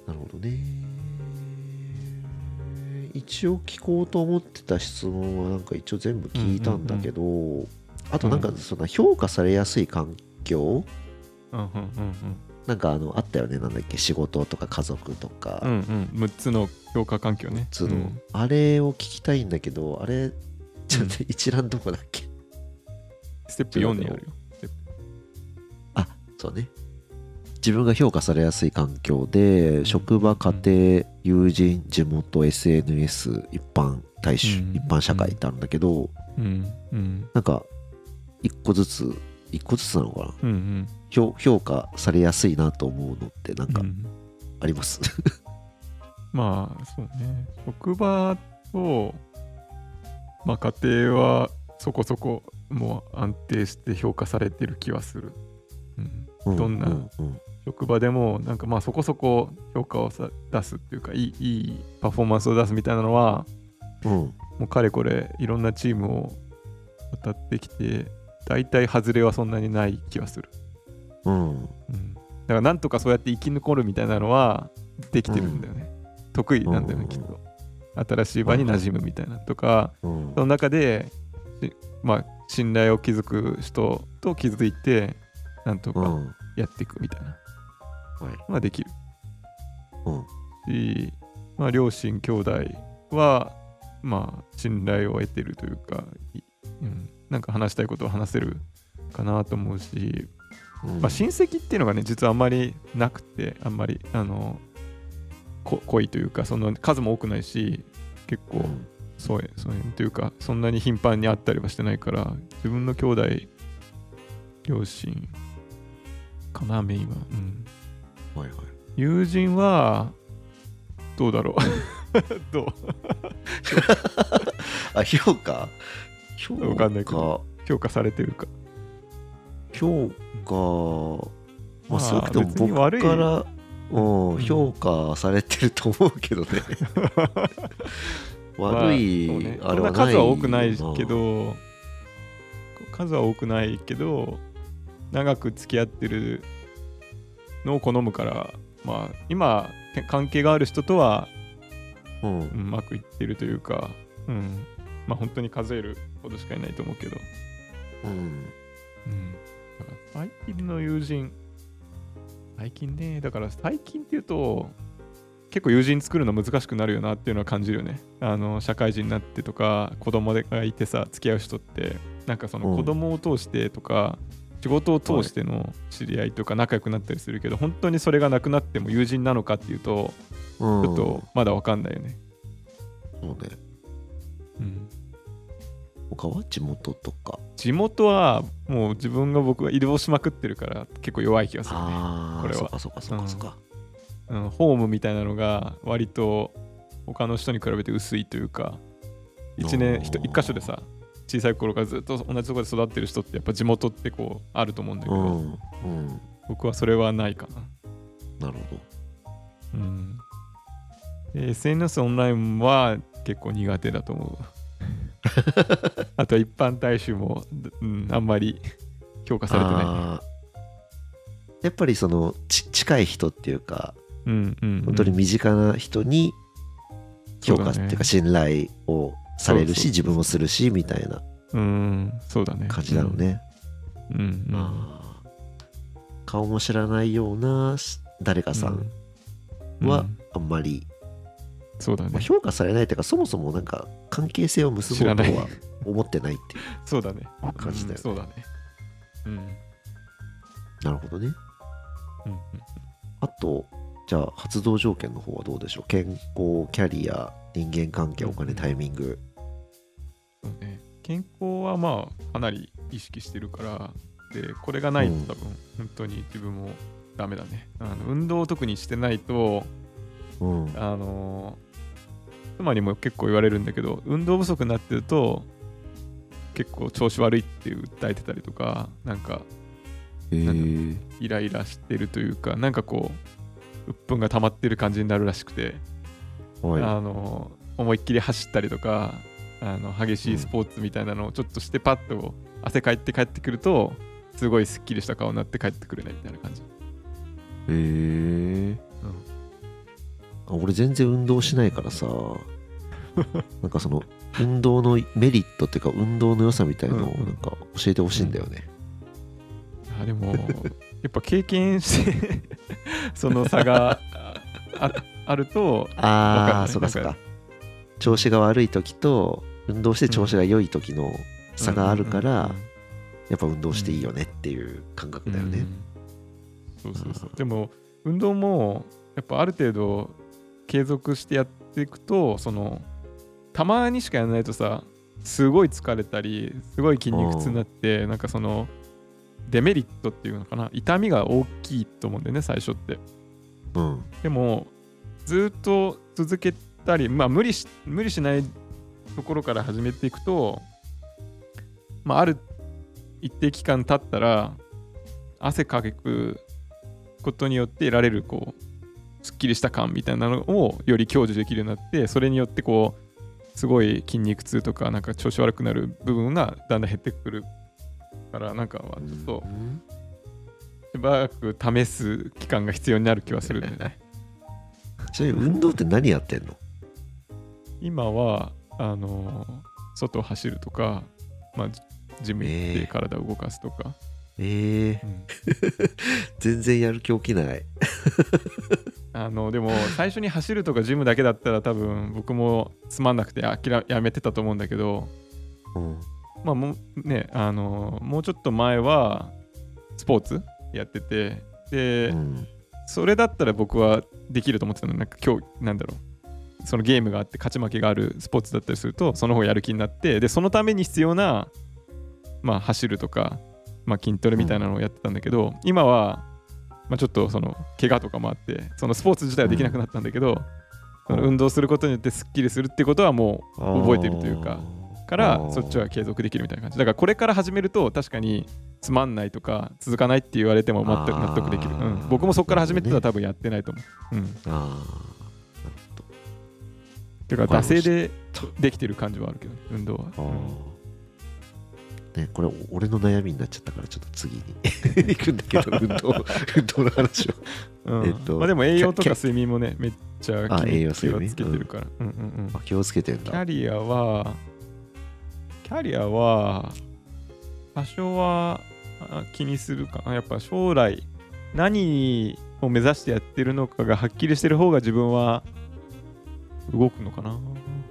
なるほどね。一応聞こうと思ってた質問はなんか一応全部聞いたんだけど、あとなんかその評価されやすい環境、なんかあったよね。なんだっけ、仕事とか家族とか、 6つの評価環境ね。 あれを聞きたいんだけど、あれちょっと一覧どこだっけ？ ステップ4にあるよ。 あ、そうね。自分が評価されやすい環境で、職場、家庭、友人、地元、SNS、一般社会ってあるんだけど、なんか一個ずつなのかな、評価されやすいなと思うのってなんかあります？ まあそうね。職場と、まあ、家庭はそこそこもう安定して評価されてる気はする。どんな職場でもなんかまあそこそこ評価を出すっていうか、いいパフォーマンスを出すみたいなのは、もうかれこれいろんなチームを渡ってきて、だいたい外れはそんなにない気はする。だからなんとかそうやって生き残るみたいなのはできてるんだよね。得意なんだよね、きっと。新しい場に馴染むみたいなとか、その中でまあ信頼を築く人と気づいてなんとかやっていくみたいな、まあできる。し、まあ両親兄弟はまあ信頼を得てるというか、なんか話したいことを話せるかなと思うし、まあ親戚っていうのがね実はあんまりなくて、あんまり濃いというか、その数も多くないし、結構そうというかそんなに頻繁に会ったりはしてないから、自分の兄弟両親かなメインは。友人はどうだろう。どう評価わかんないけど、評価されてるか。 評価、まあ少なくとも僕から評価されてると思うけどね。悪いあれはない。 数は多くないけど、長く付き合ってるのを好むから、まあ今関係がある人とはうまくいってるというか、まあ本当に数えるほどしかいないと思うけど、だから最近の友人、最近っていうと結構友人作るの難しくなるよなっていうのは感じるよね。社会人になってとか子供がいてさ、付き合う人ってなんかその子供を通してとか、仕事を通しての知り合いとか仲良くなったりするけど、本当にそれがなくなっても友人なのかっていうとちょっとまだ分かんないよね。 そうね。他は地元とか。 地元はもう僕が移動しまくってるから結構弱い気がするね。これはそうか。 ホームみたいなのが割と他の人に比べて薄いというか、一箇所でさ、小さい頃からずっと同じところで育ってる人ってやっぱ地元ってこうあると思うんだけど、僕はそれはないかな。 なるほど。SNS オンラインは結構苦手だと思う。あと一般大衆も、あんまり評価されてないね。 やっぱりその近い人っていうか、本当に身近な人に評価っていうか信頼をされるし、自分もするしみたいなそうだね感じなのね。顔も知らないような誰かさんはあんまり、 そうだね、 評価されないというか、そもそもなんか関係性を結ぼうとは思ってないっていうそうだね感じだよね。 そうだね。 なるほどね。あとじゃあ発動条件の方はどうでしょう？健康、キャリア、人間関係、お金、タイミング。 そうね、健康はまあかなり意識してるから、でこれがないと多分本当に自分もダメだね。運動を特にしてないと、妻にも結構言われるんだけど、運動不足になってると結構調子悪いって訴えてたりとか、なんかイライラしてるというか、なんかこう鬱憤が溜まってる感じになるらしくて、思いっきり走ったりとか、激しいスポーツみたいなのをちょっとしてパッと汗かいて帰ってくると、すごいスッキリした顔になって帰ってくるねみたいな感じ。 俺全然運動しないからさなんかその運動のメリットっていうか運動の良さみたいのをなんか教えてほしいんだよね。 でもやっぱ経験してその差があるとああ、そうかそうか。調子が悪い時と運動して調子が良い時の差があるからやっぱ運動していいよねっていう感覚だよね。 そうそうそう。でも運動もやっぱある程度継続してやっていくと、そのたまにしかやらないとさ、すごい疲れたりすごい筋肉痛になって、なんかそのデメリットっていうのかな、痛みが大きいと思うんだよね最初って。でもずっと続けたり、無理しないところから始めていくと、ある一定期間経ったら汗かくことによって得られるこうすっきりした感みたいなのをより享受できるようになって、それによってこうすごい筋肉痛とかなんか調子悪くなる部分がだんだん減ってくるから、なんかちょっとしばらく試す期間が必要になる気はするんだよね。 ちなみに運動って何やってんの？ 今は外を走るとか、ジム行って体を動かすとか。 全然やる気起きない。 でも最初に走るとかジムだけだったら多分僕もつまんなくてやめてたと思うんだけど、もうね、もうちょっと前はスポーツやってて、で、それだったら僕はできると思ってたの。なんか今日なんだろう、そのゲームがあって勝ち負けがあるスポーツだったりするとその方やる気になって、でそのために必要な走るとか、筋トレみたいなのをやってたんだけど、今は、ちょっとその怪我とかもあってそのスポーツ自体はできなくなったんだけど、その運動することによってスッキリするってことはもう覚えてるというか、からそっちは継続できるみたいな感じだから、これから始めると確かにつまんないとか続かないって言われても全く納得できる。僕もそこから始めてたら多分やってないと思う。ていうか惰性でできてる感じはあるけど、運動は。 これ俺の悩みになっちゃったからちょっと次に行くんだけど運動の話を、 でも栄養とか睡眠もねめっちゃ気をつけてるから。 気をつけてんだ。 キャリアは多少は気にするかな。やっぱ将来何を目指してやってるのかがはっきりしてる方が自分は動くのかな。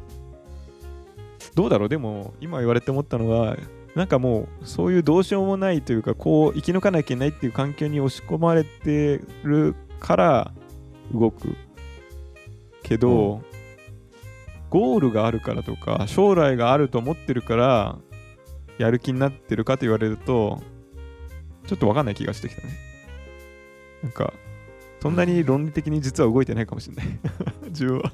どうだろう。でも今言われて思ったのは、なんかもうそういうどうしようもないというか、こう生き抜かなきゃいけないっていう環境に押し込まれてるから動くけど、ゴールがあるからとか将来があると思ってるからやる気になってるかと言われるとちょっと分かんない気がしてきたね。なんかそんなに論理的に実は動いてないかもしれない自分は。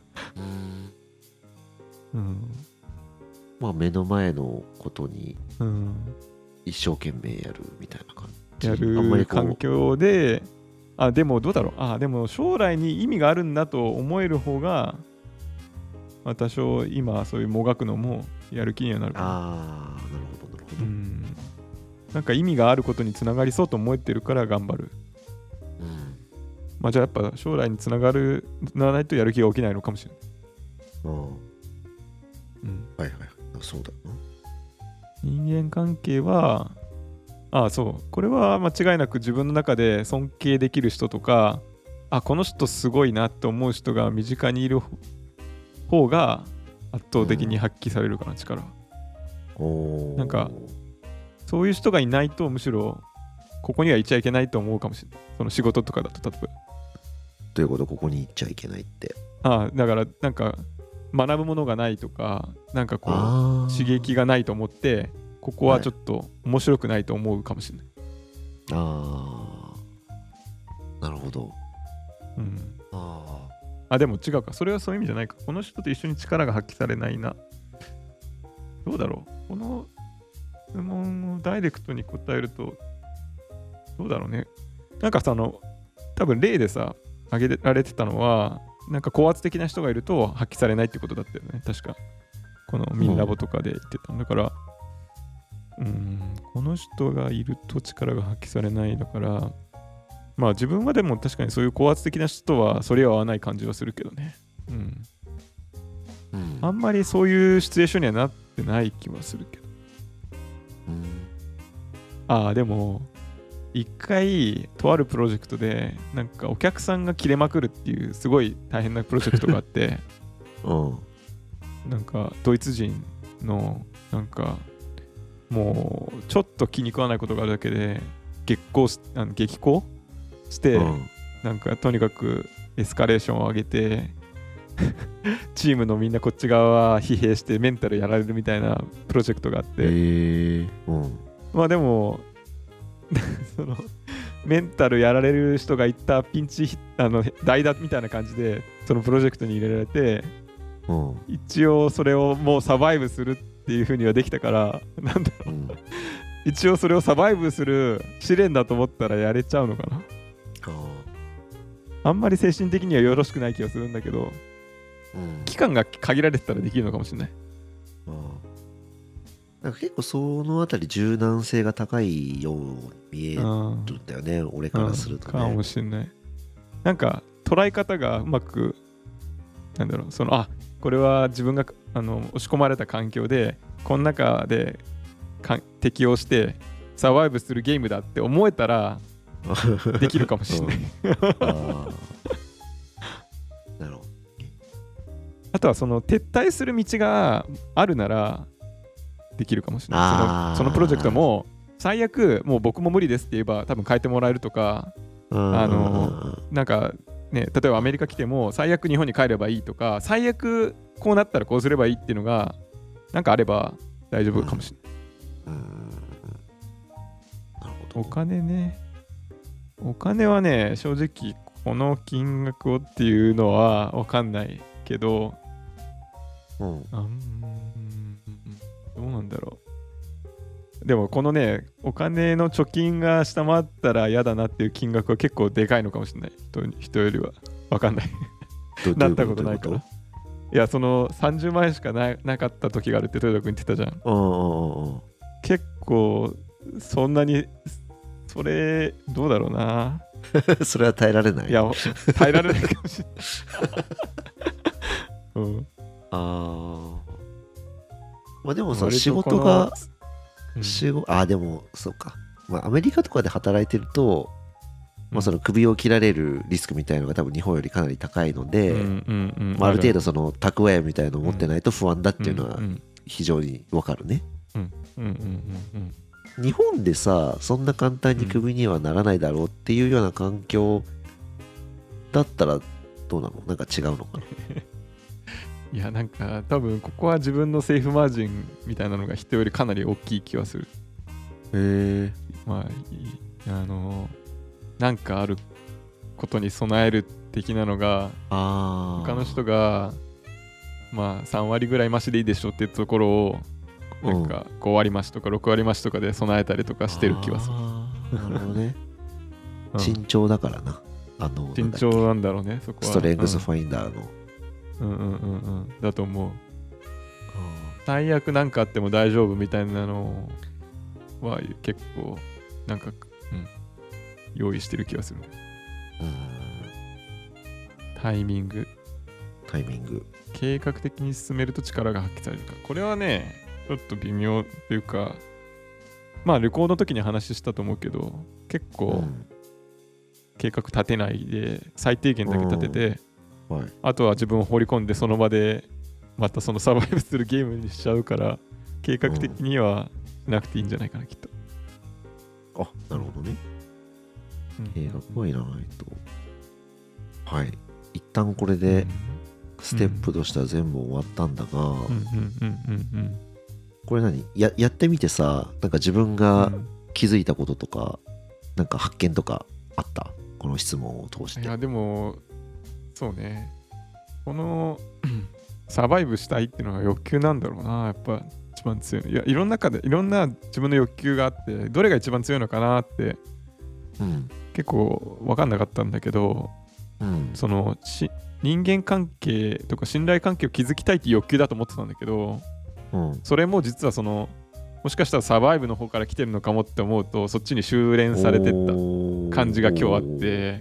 目の前のことに一生懸命やるみたいな感じ。 やる環境で、でもどうだろう。でも将来に意味があるんだと思える方が、多少今そういうもがくのもやる気にはなるかな。 なるほどなるほど。 なんか意味があることにつながりそうと思ってるから頑張る。じゃあやっぱ将来につながらないとやる気が起きないのかもしれない。 はいはい、そうだな。 人間関係はそう、これは間違いなく自分の中で尊敬できる人とか、この人すごいなって思う人が身近にいる方が圧倒的に発揮されるかな、力は。なんかそういう人がいないとむしろここにはいちゃいけないと思うかもしれない。その仕事とかだと例えば。 どういうこと？ここに行っちゃいけないって。 だからなんか学ぶものがないとか、なんかこう刺激がないと思ってここはちょっと面白くないと思うかもしれない。 なるほど。 でも違うか。それはそういう意味じゃないか。この人と一緒に力が発揮されないな。どうだろう。この質問をダイレクトに答えるとどうだろうね。なんか多分例でさ挙げられてたのは、なんか高圧的な人がいると発揮されないってことだったよね。確かこのミンラボとかで言ってたんだから、この人がいると力が発揮されないだから、 まあ自分はでも確かにそういう高圧的な人とはそれは合わない感じはするけどね。あんまりそういうシチュエーションにはなってない気はするけど。でも一回とあるプロジェクトでなんかお客さんが切れまくるっていうすごい大変なプロジェクトがあってなんかドイツ人のなんかもうちょっと気に食わないことがあるだけで激高して、なんかとにかくエスカレーションを上げてチームのみんなこっち側は疲弊してメンタルやられるみたいなプロジェクトがあって、まあでもそのメンタルやられる人がいったピンチ代打みたいな感じでそのプロジェクトに入れられて、一応それをもうサバイブするっていう風にはできたからなんだろう、一応それをサバイブする試練だと思ったらやれちゃうのかな。あんまり精神的にはよろしくない気がするんだけど、期間が限られてたらできるのかもしれない。 なんか結構そのあたり柔軟性が高いように見えるんだよね、俺からするとね。 かもしれない。なんか捉え方がうまくなんだろう、これは自分が押し込まれた環境でこの中で適応してサバイブするゲームだって思えたらできるかもしれない。 なるほど。 あとはその撤退する道があるならできるかもしれない。そのプロジェクトも最悪もう僕も無理ですって言えば多分変えてもらえるとか、なんかね、例えばアメリカ来ても最悪日本に帰ればいいとか、最悪こうなったらこうすればいいっていうのがなんかあれば大丈夫かもしれない。 なるほど。 お金はね、正直この金額をっていうのは分かんないけど、どうなんだろう。でもこのね、お金の貯金が下回ったら嫌だなっていう金額は結構でかいのかもしれない。人よりは分かんない。なったことないから。いや、その30万円しかなかった時があるって豊田君言ってたじゃん。結構そんなにそれどうだろうな。 それは耐えられない。 いや、耐えられないかもしれない。 まあでもさ、仕事がでもそうか、まあアメリカとかで働いてると、まあその首を切られるリスクみたいなのが多分日本よりかなり高いので、ある程度その蓄えみたいなのを持ってないと不安だっていうのは非常にわかるね。日本でさ、そんな簡単に首にはならないだろうっていうような環境だったらどうなの？なんか違うのかな。 いや、なんか多分ここは自分のセーフマージンみたいなのが人よりかなり大きい気はする。まあなんかあることに備える的なのが他の人がまあ3割ぐらい増しでいいでしょっていうところをなんか5割増しとか6割増しとかで備えたりとかしてる気はする。 なるほどね。慎重だからな。 慎重なんだろうね、そこは。 ストレングスファインダーの。 だと思う。最悪なんかあっても大丈夫みたいなのは結構なんか、用意してる気がする。タイミング。計画的に進めると力が発揮されるか。これはね、ちょっと微妙というか、まあ旅行の時に話したと思うけど、結構計画立てないで最低限だけ立てて、あとは自分を放り込んでその場でまたそのサバイブするゲームにしちゃうから、計画的にはしなくていいんじゃないかな、きっと。 なるほどね。計画はいらないと。はい。一旦これでステップとしては全部終わったんだが、これやってみてさ、なんか自分が気づいたこととか、なんか発見とかあった？この質問を通して。 いや、でもそうね、このサバイブしたいっていうのが欲求なんだろうな、やっぱ一番強い。いや、いろんな自分の欲求があって、どれが一番強いのかなって、結構分かんなかったんだけど、その人間関係とか信頼関係を築きたいっていう欲求だと思ってたんだけど、それも実はそのもしかしたらサバイブの方から来てるのかもって思うと、そっちに修練されてった感じが今日あって、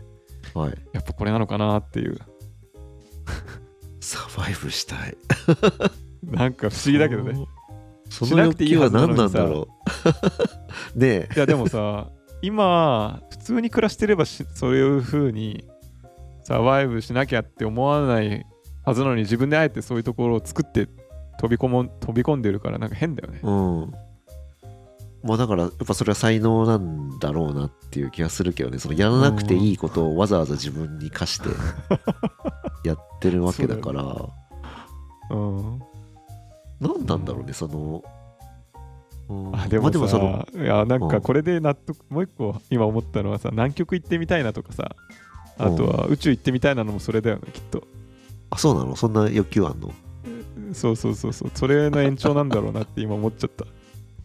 はい、 やっぱこれなのかなっていう。 サバイブしたい。 なんか不思議だけどね。 その欲求は何なんだろう。ねえ。 いやでもさ、今普通に暮らしてればそういう風にサバイブしなきゃって思わないはずなのに、自分であえてそういうところを作って飛び込んでるから、なんか変だよね。 うん。まあだからやっぱそれは才能なんだろうなっていう気がするけどね。そのやらなくていいことをわざわざ自分に課してやってるわけだから。 うん。 何なんだろうね、その。 でもさ、 まあ、でもそのいやなんかこれで納得、もう一個今思ったのはさ、南極行ってみたいなとかさ、あとは宇宙行ってみたいなのもそれだよね、きっと。 あ、そうなの？そんな欲求あんの？ そうそうそうそう、それの延長なんだろうなって今思っちゃった。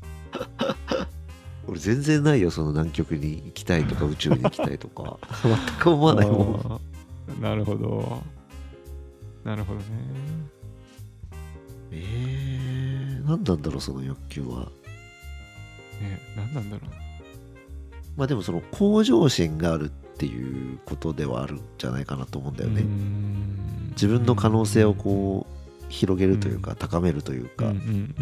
俺全然ないよ、その南極に行きたいとか宇宙に行きたいとか全く思わないもん。 なるほどなるほどね。 何なんだろうその欲求は。 何なんだろう。 まあでもその向上心があるっていうことではあるんじゃないかなと思うんだよね。自分の可能性をこう広げるというか、高めるというか、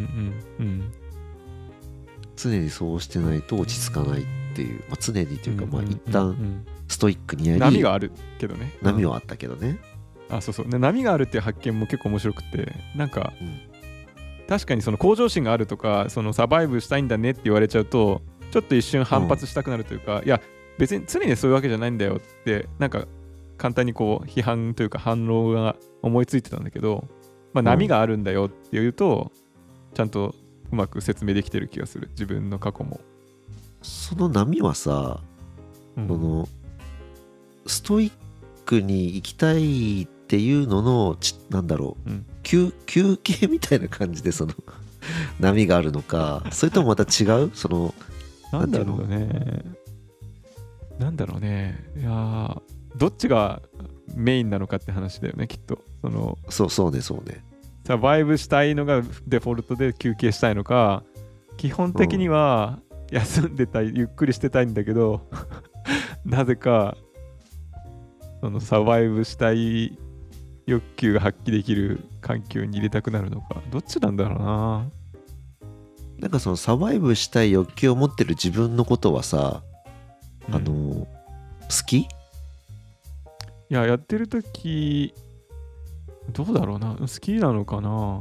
常にそうしてないと落ち着かないっていう、まあ、常にというか、まあ一旦ストイックにやり、 波があるけどね。 波はあったけどね。 そうそう。で、波があるっていう発見も結構面白くて、なんか、確かにその向上心があるとか、そのサバイブしたいんだねって言われちゃうと、ちょっと一瞬反発したくなるというか、いや別に常にそういうわけじゃないんだよって、なんか簡単にこう批判というか反論が思いついてたんだけど、まあ、波があるんだよっていうと、ちゃんとうまく説明できてる気がする、自分の過去も。 その波はさ、そのストイックに行きたいっていうののなんだろう、休憩みたいな感じでその波があるのか、それともまた違うそのなんだろうね。なんだろうね。いやどっちがメインなのかって話だよね、きっと。 そうね。 サバイブしたいのがデフォルトで休憩したいのか、基本的には休んでたい、ゆっくりしてたいんだけどなぜかそのサバイブしたい欲求が発揮できる環境に入れたくなるのか、どっちなんだろうな。 なんかそのサバイブしたい欲求を持ってる自分のことはさ、好き？いや、やってる時どうだろうな、好きなのかな。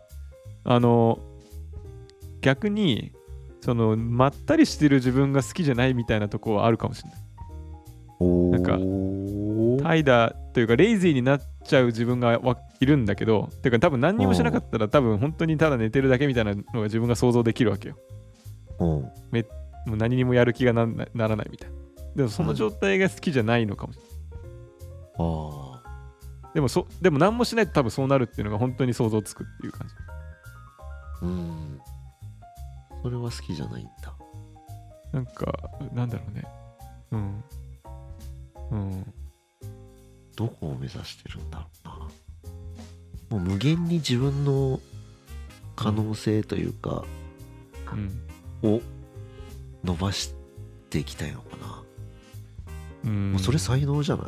逆にそのまったりしてる自分が好きじゃないみたいなとこはあるかもしれない。なんか怠惰というかレイジーになっちゃう自分がいるんだけど、てか多分何にもしなかったら多分本当にただ寝てるだけみたいなのが自分が想像できるわけよ。もう何にもやる気がならないみたいな。でもその状態が好きじゃないのかもしれない。でも何もしないと多分そうなるっていうのが本当に想像つくっていう感じ。 それは好きじゃないんだ。 なんかなんだろうね。 どこを目指してるんだろうな。もう無限に自分の可能性というか、を伸ばしていきたいのかな。もうそれ才能じゃない？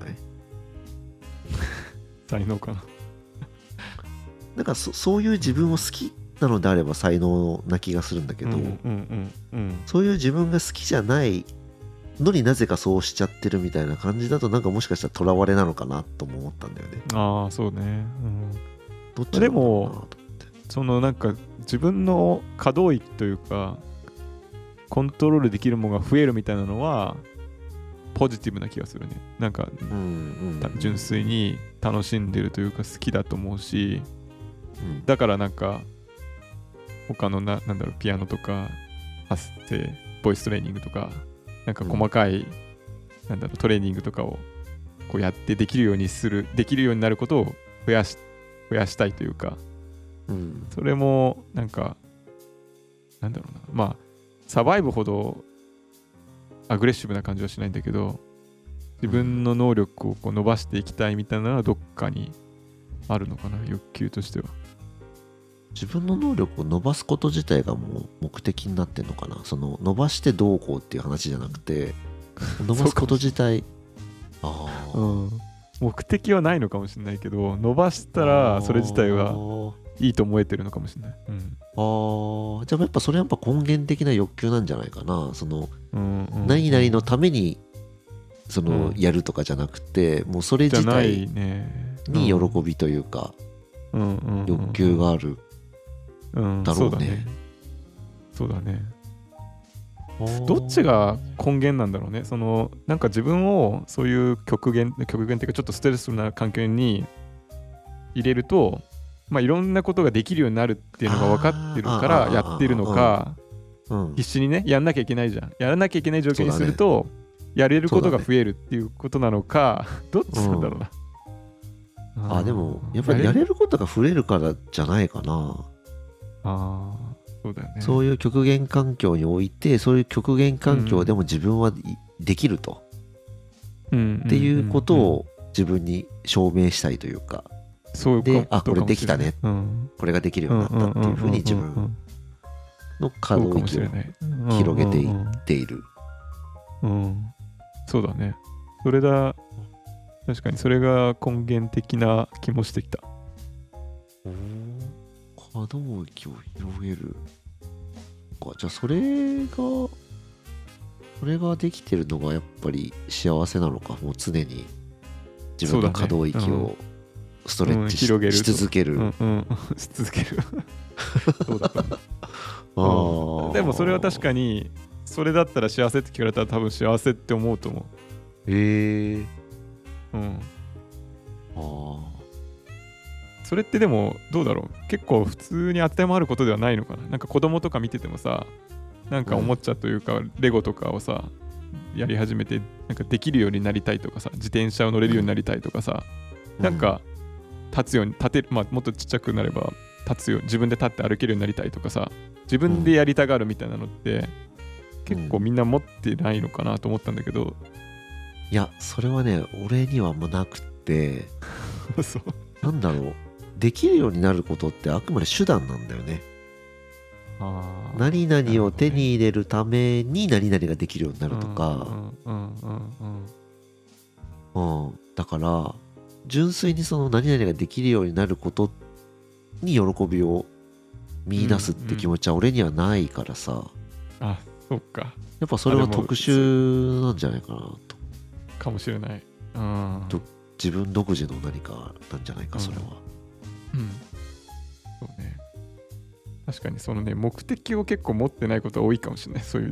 才能かな。 なんかそういう自分を好きなのであれば才能な気がするんだけど、そういう自分が好きじゃないのになぜかそうしちゃってるみたいな感じだと、なんかもしかしたらとらわれなのかなとも思ったんだよね。 そうね。 どっちなんだろうなと思って。 そのなんか自分の可動域というかコントロールできるものが増えるみたいなのはポジティブな気がするね。なんか純粋に楽しんでるというか好きだと思うし、だからなんか他のなんだろう、ピアノとか発声、ボイストレーニングとかなんか細かい、なんだろう、トレーニングとかをこうやってできるようになることを増やしたいというか、それもなんかなんだろうな、まあサバイブほどアグレッシブな感じはしないんだけど、自分の能力をこう伸ばしていきたいみたいなのはどっかにあるのかな、欲求としては。 自分の能力を伸ばすこと自体がもう目的になってんのかな。その伸ばしてどうこうっていう話じゃなくて、伸ばすこと自体ああ、 うん、目的はないのかもしれないけど、伸ばしたらそれ自体はいいと思えてるのかもしれない。うん、 じゃあやっぱそれはやっぱ根源的な欲求なんじゃないかな。その、何々のためにその、やるとかじゃなくて、もうそれ自体に喜びというか、欲求があるだろうね。 そうだね。どっちが根源なんだろうね。そのなんか自分をそういう極限っていうかちょっとストレスフルな環境に入れると、まあいろんなことができるようになるっていうのが分かってるからやってるのか、必死にねやんなきゃいけないじゃん。やらなきゃいけない状況にすると、やれることが増えるっていうことなのか、どっちなんだろうな。 でもやっぱりやれることが増えるからじゃないかな。 そうだよね。 そういう極限環境において、そういう極限環境でも自分はできると、っていうことを自分に証明したいというか、で、これできたね、これができるようになったっていうふうに自分の可動域を広げていっている。 そうだね。それだ。確かにそれが根源的な気もしてきた。 可動域を広げるか。じゃあそれができてるのがやっぱり幸せなのか。もう常に自分の可動域をストレッチ し続ける。 し続ける。そうだったんだ。でもそれは確かにそれだったら幸せって聞かれたら多分幸せって思うと思う。それってでもどうだろう。結構普通に当てはまることではないのかな。なんか子供とか見ててもさ、なんかおもちゃというかレゴとかをさやり始めて、なんかできるようになりたいとかさ、自転車を乗れるようになりたいとかさ、なんか立てる、まあもっとちっちゃくなれば自分で立って歩けるようになりたいとかさ、自分でやりたがるみたいなのって結構みんな持ってないのかなと思ったんだけど。 いや、それはね、俺にはもうなくってそう、 なんだろう、できるようになることってあくまで手段なんだよね。何々を手に入れるために何々ができるようになるとか、だから純粋にその何々ができるようになることに喜びを見出すって気持ちは俺にはないからさ。 そっか。 やっぱそれは特殊なんじゃないかなと。 かもしれない。 自分独自の何かなんじゃないか、それは。 そうね。確かにそのね、目的を結構持ってないことは多いかもしれない。そういう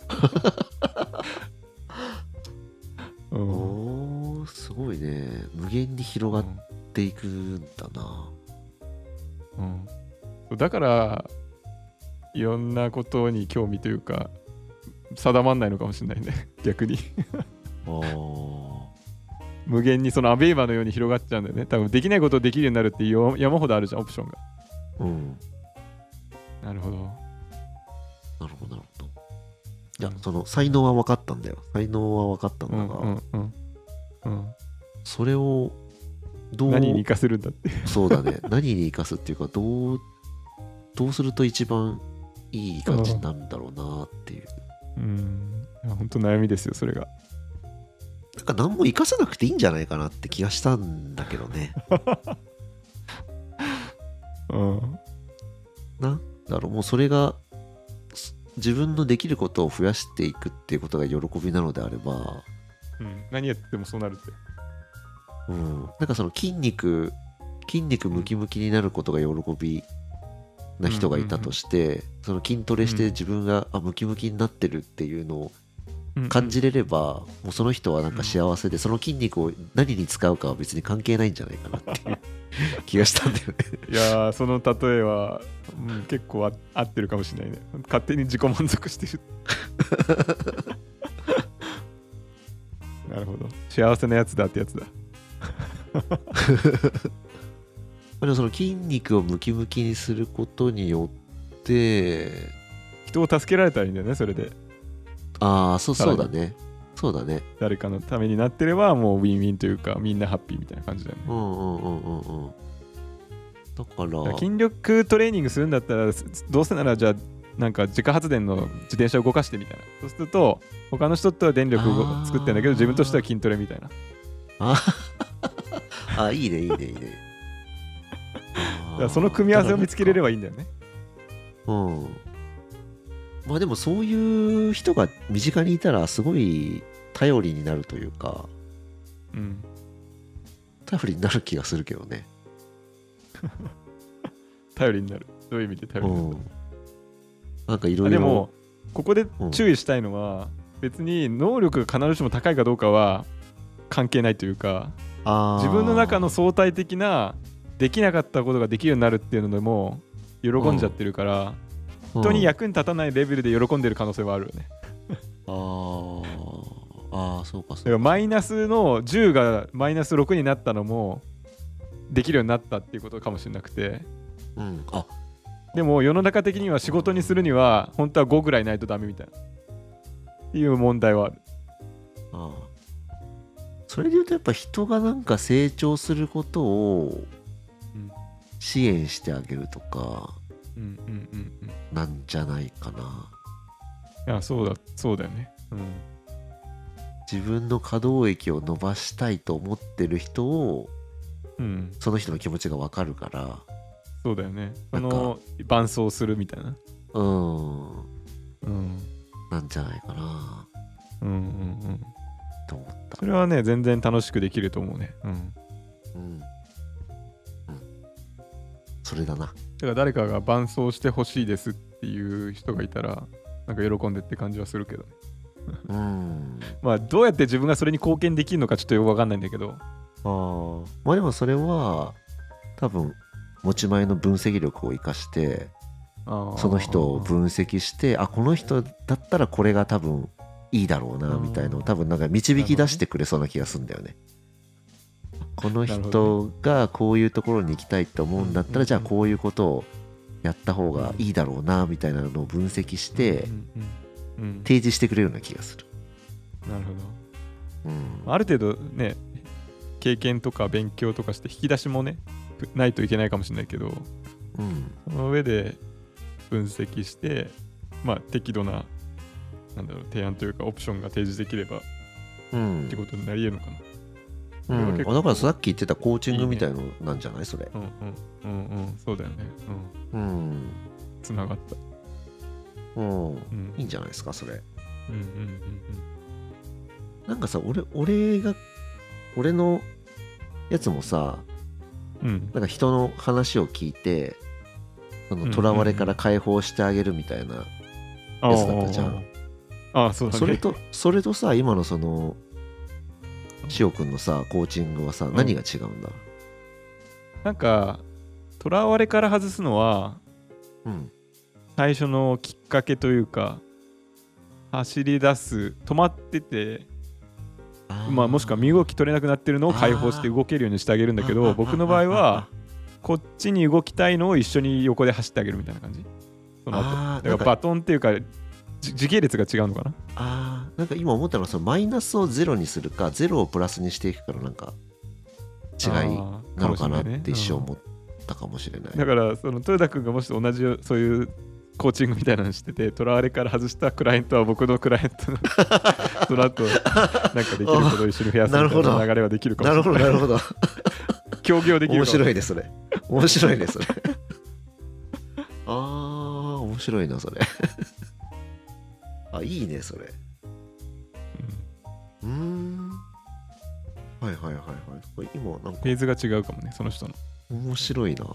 すごいね。無限に広がっていくんだな。 だからいろんなことに興味というか定まんないのかもしれないね。逆に無限にそのアベーバのように広がっちゃうんだよね。多分できないことをできるようになるっていう山ほどあるじゃん、オプションが。なるほど。 いや、その才能は分かったんだよ。才能は分かったんだが、それを何に生かせるんだって。 そうだね。何に生かすっていうか、どうすると一番いい感じになるんだろうなっていう。 本当悩みですよ、それが。 なんか何も生かさなくていいんじゃないかなって気がしたんだけどね。なんだろう、もうそれが自分のできることを増やしていくっていうことが喜びなのであれば、 何やってもそうなるって。 なんかその筋肉ムキムキになることが喜びな人がいたとして、その筋トレして自分がムキムキになってるっていうのを感じれれば、もうその人はなんか幸せで、その筋肉を何に使うかは別に関係ないんじゃないかなっていう気がしたんだよね。 いやー、その例えは、結構合ってるかもしれないね。勝手に自己満足してる。なるほど。幸せなやつだってやつだ。 でもその筋肉をムキムキにすることによって人を助けられたらいいんだよね、それで。 そうだね。そうだね。 誰かのためになってればもうウィンウィンというか、みんなハッピーみたいな感じだよね。 だから筋力トレーニングするんだったらどうせならじゃあなんか自家発電の自転車を動かしてみたいな。そうすると他の人とは電力を作ってるんだけど自分としては筋トレみたいな。 いいねいいねいいね。 だからその組み合わせを見つけれればいいんだよね。 まあでもそういう人が身近にいたらすごい頼りになるというか、頼りになる気がするけどね。 頼りになる。どういう意味で頼りになる？ なんかいろいろ。 でもここで注意したいのは、別に能力が必ずしも高いかどうかは関係ないというか、自分の中の相対的なできなかったことができるようになるっていうのでも喜んじゃってるから、人に役に立たないレベルで喜んでる可能性はあるよね。 そうか。だからマイナスの10がマイナス6になったのもできるようになったっていうことかもしれなくて、でも世の中的には仕事にするには本当は5ぐらいないとダメみたいなっていう問題はある。 それでいうとやっぱ人がなんか成長することを支援してあげるとかなんじゃないかな。 いやそうだよね。 自分の可動域を伸ばしたいと思ってる人を、その人の気持ちが分かるから。 そうだよね。伴走するみたいな。 なんじゃないかな。と思った。 それはね全然楽しくできると思うね。 それだな。 だから誰かが伴走してほしいですっていう人がいたらなんか喜んでって感じはするけどね。まあどうやって自分がそれに貢献できるのかちょっとよく分かんないんだけど。 まあでもそれは多分持ち前の分析力を生かしてその人を分析してこの人だったらこれが多分いいだろうなみたいのを多分なんか導き出してくれそうな気がするんだよね。この人がこういうところに行きたいと思うんだったらじゃあこういうことをやった方がいいだろうなみたいなのを分析して提示してくれるような気がする。 なるほど。ある程度ね経験とか勉強とかして引き出しもねないといけないかもしれないけど、その上で分析して適度な提案というかオプションが提示できればってことになり得るのかな。 だからさっき言ってたコーチングみたいのなんじゃないそれ。 そうだよね。つながった。 いいんじゃないですかそれ。なんかさ俺のやつもさ、なんか人の話を聞いてその囚われから解放してあげるみたいなやつだったじゃん。 そうだね。 それとさ今のそのしおくんのさコーチングはさ何が違うんだ。 なんか囚われから外すのは、最初のきっかけというか走り出す止まっててもしくは身動き取れなくなってるのを解放して動けるようにしてあげるんだけど、僕の場合はこっちに動きたいのを一緒に横で走ってあげるみたいな感じ。その後だからバトンっていうか時系列が違うのかな。 なんか今思ったのはそのマイナスをゼロにするかゼロをプラスにしていくからなんか違いなのかなって一瞬思ったかもしれない。 だからその豊田君がもし同じそういうコーチングみたいなのしてて囚われから外したクライアントは僕のクライアントのその後なんかできることを一緒に増やすみたいな流れはできるかもしれない。 なるほど協業できる。 面白いねそれ。面白いねそれ。面白いなそれ。いいねそれ。はいこれ今なんかフェーズが違うかもねその人の。 面白いな。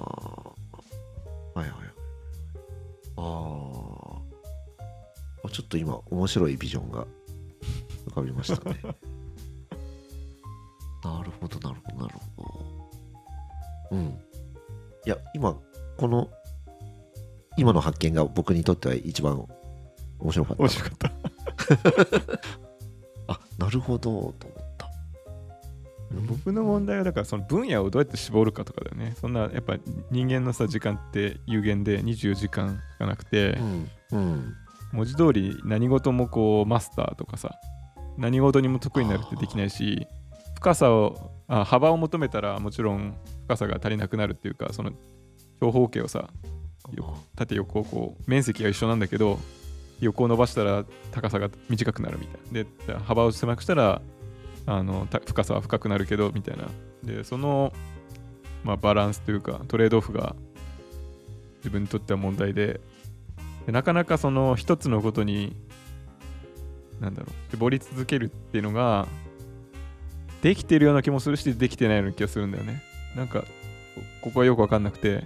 ちょっと今面白いビジョンが浮かびましたね。なるほど。いや今の発見が僕にとっては一番面白かった。 面白かったなるほどと思った。 僕の問題はだからその分野をどうやって絞るかとかだよね。そんなやっぱ人間のさ時間って有限で24時間しかなくて、文字通り何事もこうマスターとかさ何事にも得意になるってできないし、幅を求めたらもちろん深さが足りなくなるっていうか、その長方形をさ縦横こう面積が一緒なんだけど横を伸ばしたら高さが短くなるみたいなで幅を狭くしたら深さは深くなるけどみたいなでその、バランスというかトレードオフが自分にとっては問題でなかなかその一つのことに絞り続けるっていうのができてるような気もするしできてないような気がするんだよね。なんかここはよく分かんなくて、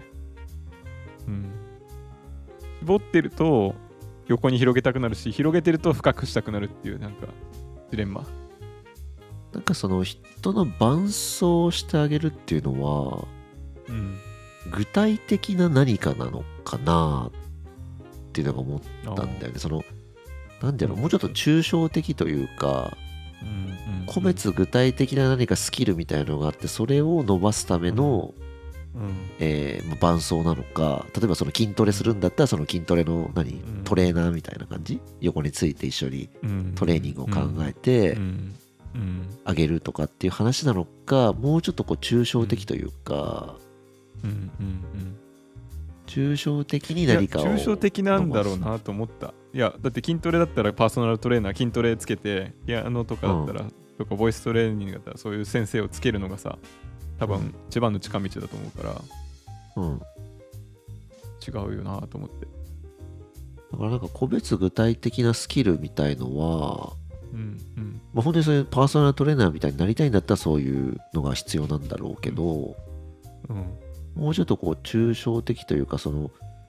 絞ってると横に広げたくなるし広げてると深くしたくなるっていうなんかジレンマ。 なんかその人の伴走してあげるっていうのは、具体的な何かなのかなっていうのが思ったんだよね。そのなんだろう、もうちょっと抽象的というか、個別具体的な何かスキルみたいなのがあってそれを伸ばすための、伴走なのか、例えばその筋トレするんだったらその筋トレのトレーナーみたいな感じ、横について一緒にトレーニングを考えてあげるとかっていう話なのか、もうちょっとこう抽象的というか、抽象的に何かを抽象的なんだろうなと思った。いやだって筋トレだったらパーソナルトレーナー筋トレつけて、ピアノとかだったら、とかボイストレーニングだったらそういう先生をつけるのがさ多分一番の近道だと思うから、違うよなと思って。 だからなんか個別具体的なスキルみたいのは、本当にそういうパーソナルトレーナーみたいになりたいんだったらそういうのが必要なんだろうけど、もうちょっとこう抽象的というか、その、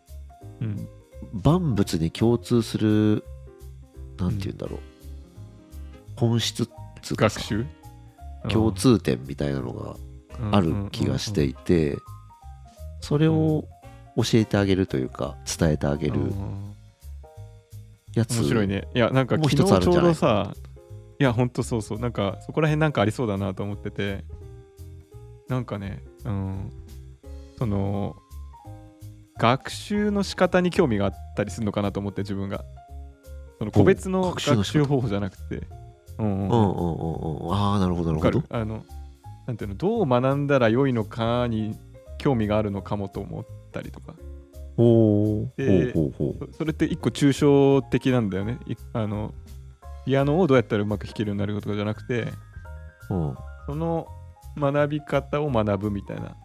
万物に共通するなんて言うんだろう、本質つか学習共通点みたいなのがある気がしていて、それを教えてあげるというか伝えてあげるやつ、 面白いね。いやなんか昨日ちょうどさ、いやほんとそうそう、なんかそこら辺なんかありそうだなと思ってて、なんかね、その学習の仕方に興味があったりするのかなと思って、自分がその個別の学習方法じゃなくて、ああなるほどなるほど。 なんていうの、どう学んだら良いのかに興味があるのかもと思ったりとか。でそれって一個抽象的なんだよね。ピアノをどうやったらうまく弾けるようになるとかじゃなくて、その学び方を学ぶみたいな。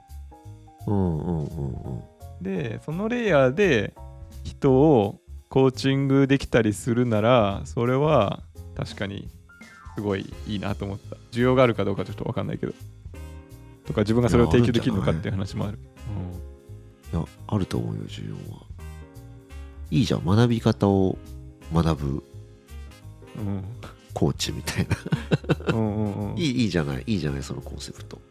でそのレイヤーで人をコーチングできたりするなら、それは確かにすごいいいなと思った。需要があるかどうかちょっと分かんないけど、とか自分がそれを提供できるのかっていう話もある。 いやあると思うよ、需要は。いいじゃん、学び方を学ぶコーチみたいな。いいじゃない、いいじゃない、そのコンセプト。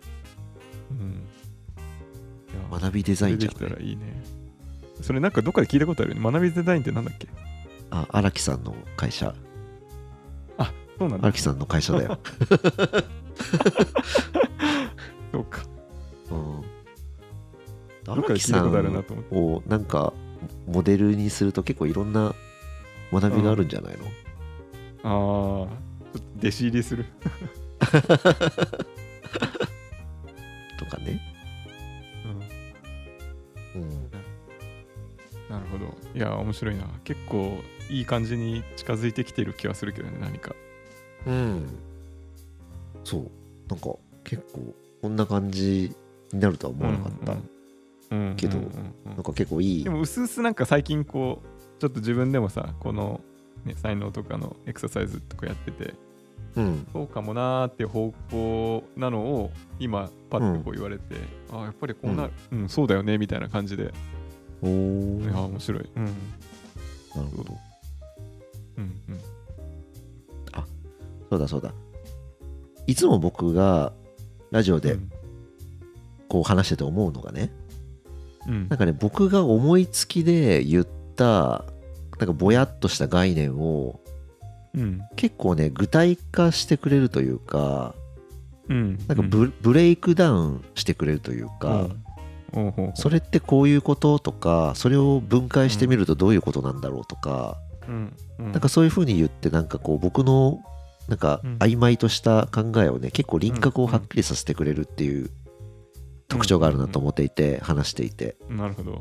学びデザインじゃない。できたらいいね。 それなんかどっかで聞いたことあるよね。学びデザインってなんだっけ？ 荒木さんの会社。 あ、そうなんだ。 荒木さんの会社だよ。 そうか。 荒木さんをなんかモデルにすると結構いろんな学びがあるんじゃないの？ ちょっと弟子入りする。 とかね。 なるほど。いや面白いな。結構いい感じに近づいてきてる気はするけどね、何か。 そうなんか結構こんな感じになるとは思わなかったけど、なんか結構いい。 でも薄々なんか最近こうちょっと自分でもさ、この、ね、才能とかのエクササイズとかやってて、そうかもなーっていう方向なのを今パッとこう言われて、やっぱりこうなる、そうだよねみたいな感じで、いや面白い。なるほど。そうだそうだ。いつも僕がラジオでこう話してて思うのがね、なんかね、僕が思いつきで言ったなんかぼやっとした概念を、結構ね具体化してくれるというか、なんかブレイクダウンしてくれるというか、それってこういうこととか、それを分解してみるとどういうことなんだろうとか、なんかそういう風に言って、なんかこう僕のなんか曖昧とした考えをね、結構輪郭をはっきりさせてくれるっていう特徴があるなと思っていて、話していて、 なるほど。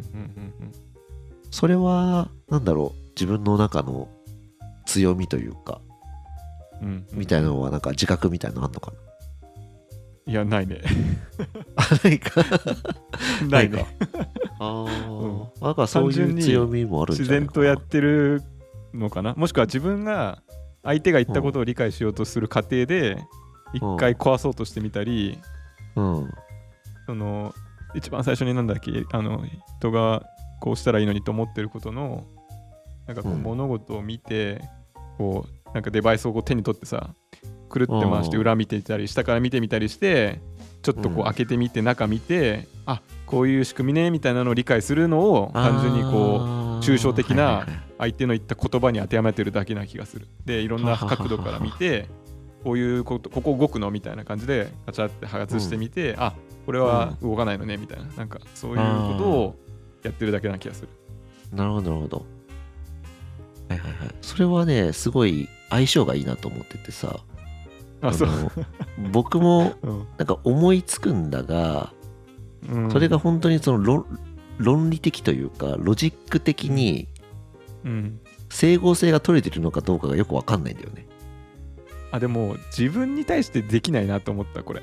それはなんだろう、自分の中の強みというか、みたいなのはなんか自覚みたいなのあんのかな。 いや、ないね。 ないかないね。 なんかそういう強みもあるんじゃないかな。 自然とやってるのかな。もしくは自分が相手が言ったことを理解しようとする過程で一回壊そうとしてみたり、その一番最初になんだっけ、人がこうしたらいいのにと思ってることのなんかこう物事を見て、こうなんかデバイスをこう手に取ってさ、くるって回して裏見てみたり下から見てみたりして、ちょっとこう開けてみて中見て、あ、こういう仕組みねみたいなのを理解するのを単純にこう抽象的な相手の言った言葉に当てはめてるだけな気がする。で、いろんな角度から見て、こういうこと、ここ動くのみたいな感じでガチャって外してみて、あ、これは動かないのねみたいな、なんかそういうことをやってるだけな気がする。 なるほどなるほど。はいはいはい。それはね、すごい相性がいいなと思っててさ、 そう僕もなんか思いつくんだが、それが本当にその論理的というかロジック的に整合性が取れてるのかどうかがよく分かんないんだよね。 でも自分に対してできないなと思った。これ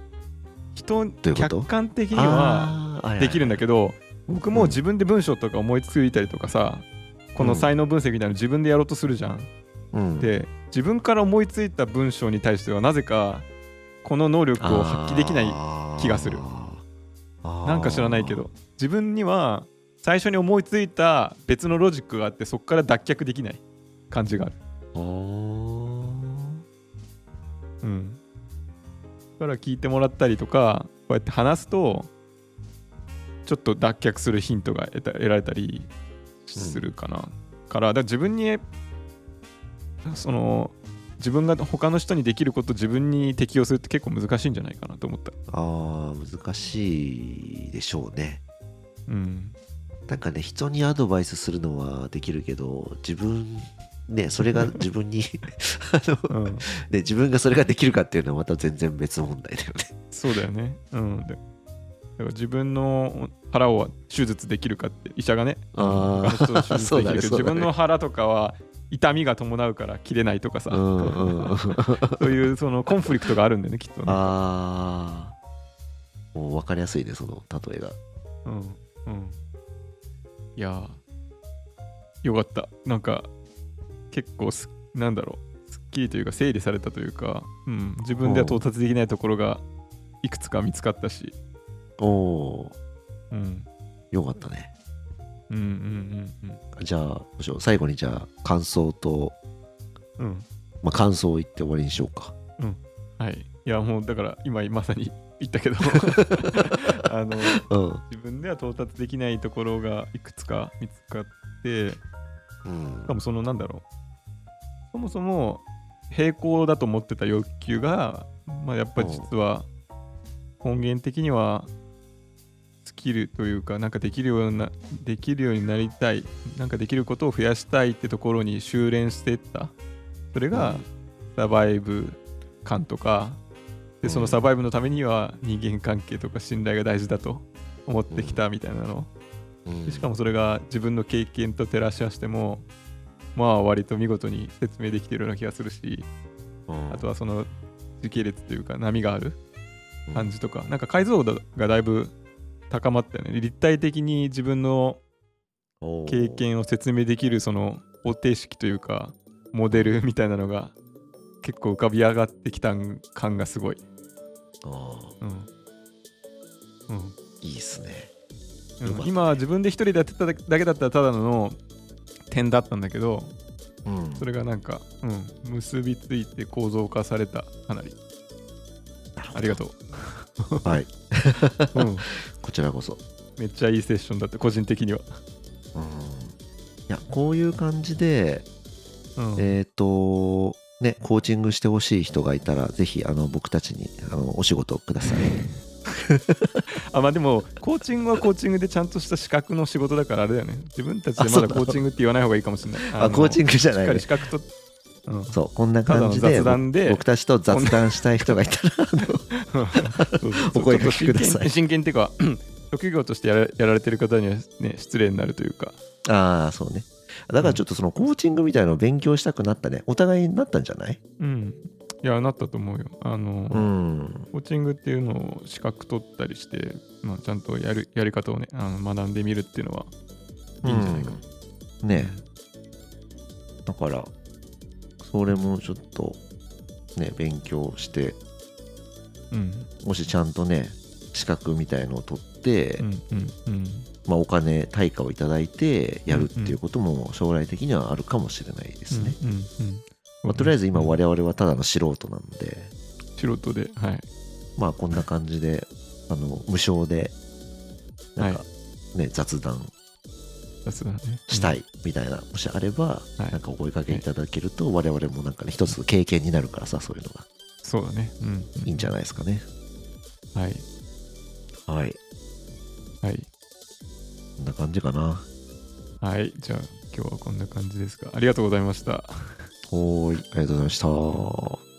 客観的にはできるんだけど、僕も自分で文章とか思いついたりとかさ、この才能分析みたいなの自分でやろうとするじゃん。で、自分から思いついた文章に対してはなぜかこの能力を発揮できない気がする。なんか知らないけど、自分には最初に思いついた別のロジックがあって、そこから脱却できない感じがある。だから聞いてもらったりとか、こうやって話すとちょっと脱却するヒントが得られたりするかな。から自分にその自分が他の人にできることを自分に適用するって結構難しいんじゃないかなと思った。 難しいでしょうね。なんかね、人にアドバイスするのはできるけど、自分ね、それが自分に自分がそれができるかっていうのはまた全然別問題だよね。 そうだよね。だから自分の腹を手術できるかって医者がね、他の人の手術できるけど、自分の腹とかは痛みが伴うから切れないとかさ、そういうそのコンフリクトがあるんだよね、きっとね。 もう分かりやすいね、その例えが。 いやよかった。なんか結構なんだろう、すっきりというか整理されたというか、自分では到達できないところがいくつか見つかったし、 よかったね。じゃあ最後にじゃあ感想と、感想を言って終わりにしようか。 はい。いや、もうだから今まさに言ったけど自分では到達できないところがいくつか見つかって、しかもそのなんだろう、そもそも平行だと思ってた欲求が、やっぱり実は根源的にはスキルというか、なんかできるようになりたい、なんかできることを増やしたいってところに修練していった。それがサバイブ感とかで、そのサバイブのためには人間関係とか信頼が大事だと思ってきたみたいなの。しかもそれが自分の経験と照らし合わせても割と見事に説明できているような気がするし、あとはその時系列というか波がある感じとか、なんか解像度がだいぶ高まったよね。立体的に自分の経験を説明できるその方程式というかモデルみたいなのが結構浮かび上がってきた感がすごい。 いいっすね。 今自分で一人でやってただけだったらただの点だったんだけど、それがなんか、結びついて構造化された。かなりありがとう。 はい、こちらこそめっちゃいいセッションだって個人的には。いや、こういう感じで、コーチングしてほしい人がいたらぜひ僕たちにお仕事ください。 でもコーチングはコーチングでちゃんとした資格の仕事だからあれだよね。自分たちでまだコーチングって言わない方がいいかもしれない。 コーチングじゃない、ね、 しっかり資格と、 そうこんな感じで雑談で僕たちと雑談したい人がいたらお声掛けください。 真剣っていうか職業としてやられてる方にはね失礼になるというか。 ああそうね。だからちょっとそのコーチングみたいのを勉強したくなったね。お互いになったんじゃない？ いやなったと思うよ。コーチングっていうのを資格取ったりして、ちゃんとやり方をね学んでみるっていうのはいいんじゃないかな。 ねだからそれもちょっとね勉強して、もしちゃんとね資格みたいのを取って、お金対価をいただいてやるっていうことも将来的にはあるかもしれないですね。とりあえず今我々はただの素人なので、 素人で、はい、 こんな感じで無償でなんかね、雑談したいみたいな、もしあればなんかお声掛けいただけると我々もなんかね一つ経験になるからさ、そういうのがそうだね、 いいんじゃないですかね。 はいはいはい、 こんな感じかな。 はい、じゃあ今日はこんな感じですが、ありがとうございました。 はい、ありがとうございました。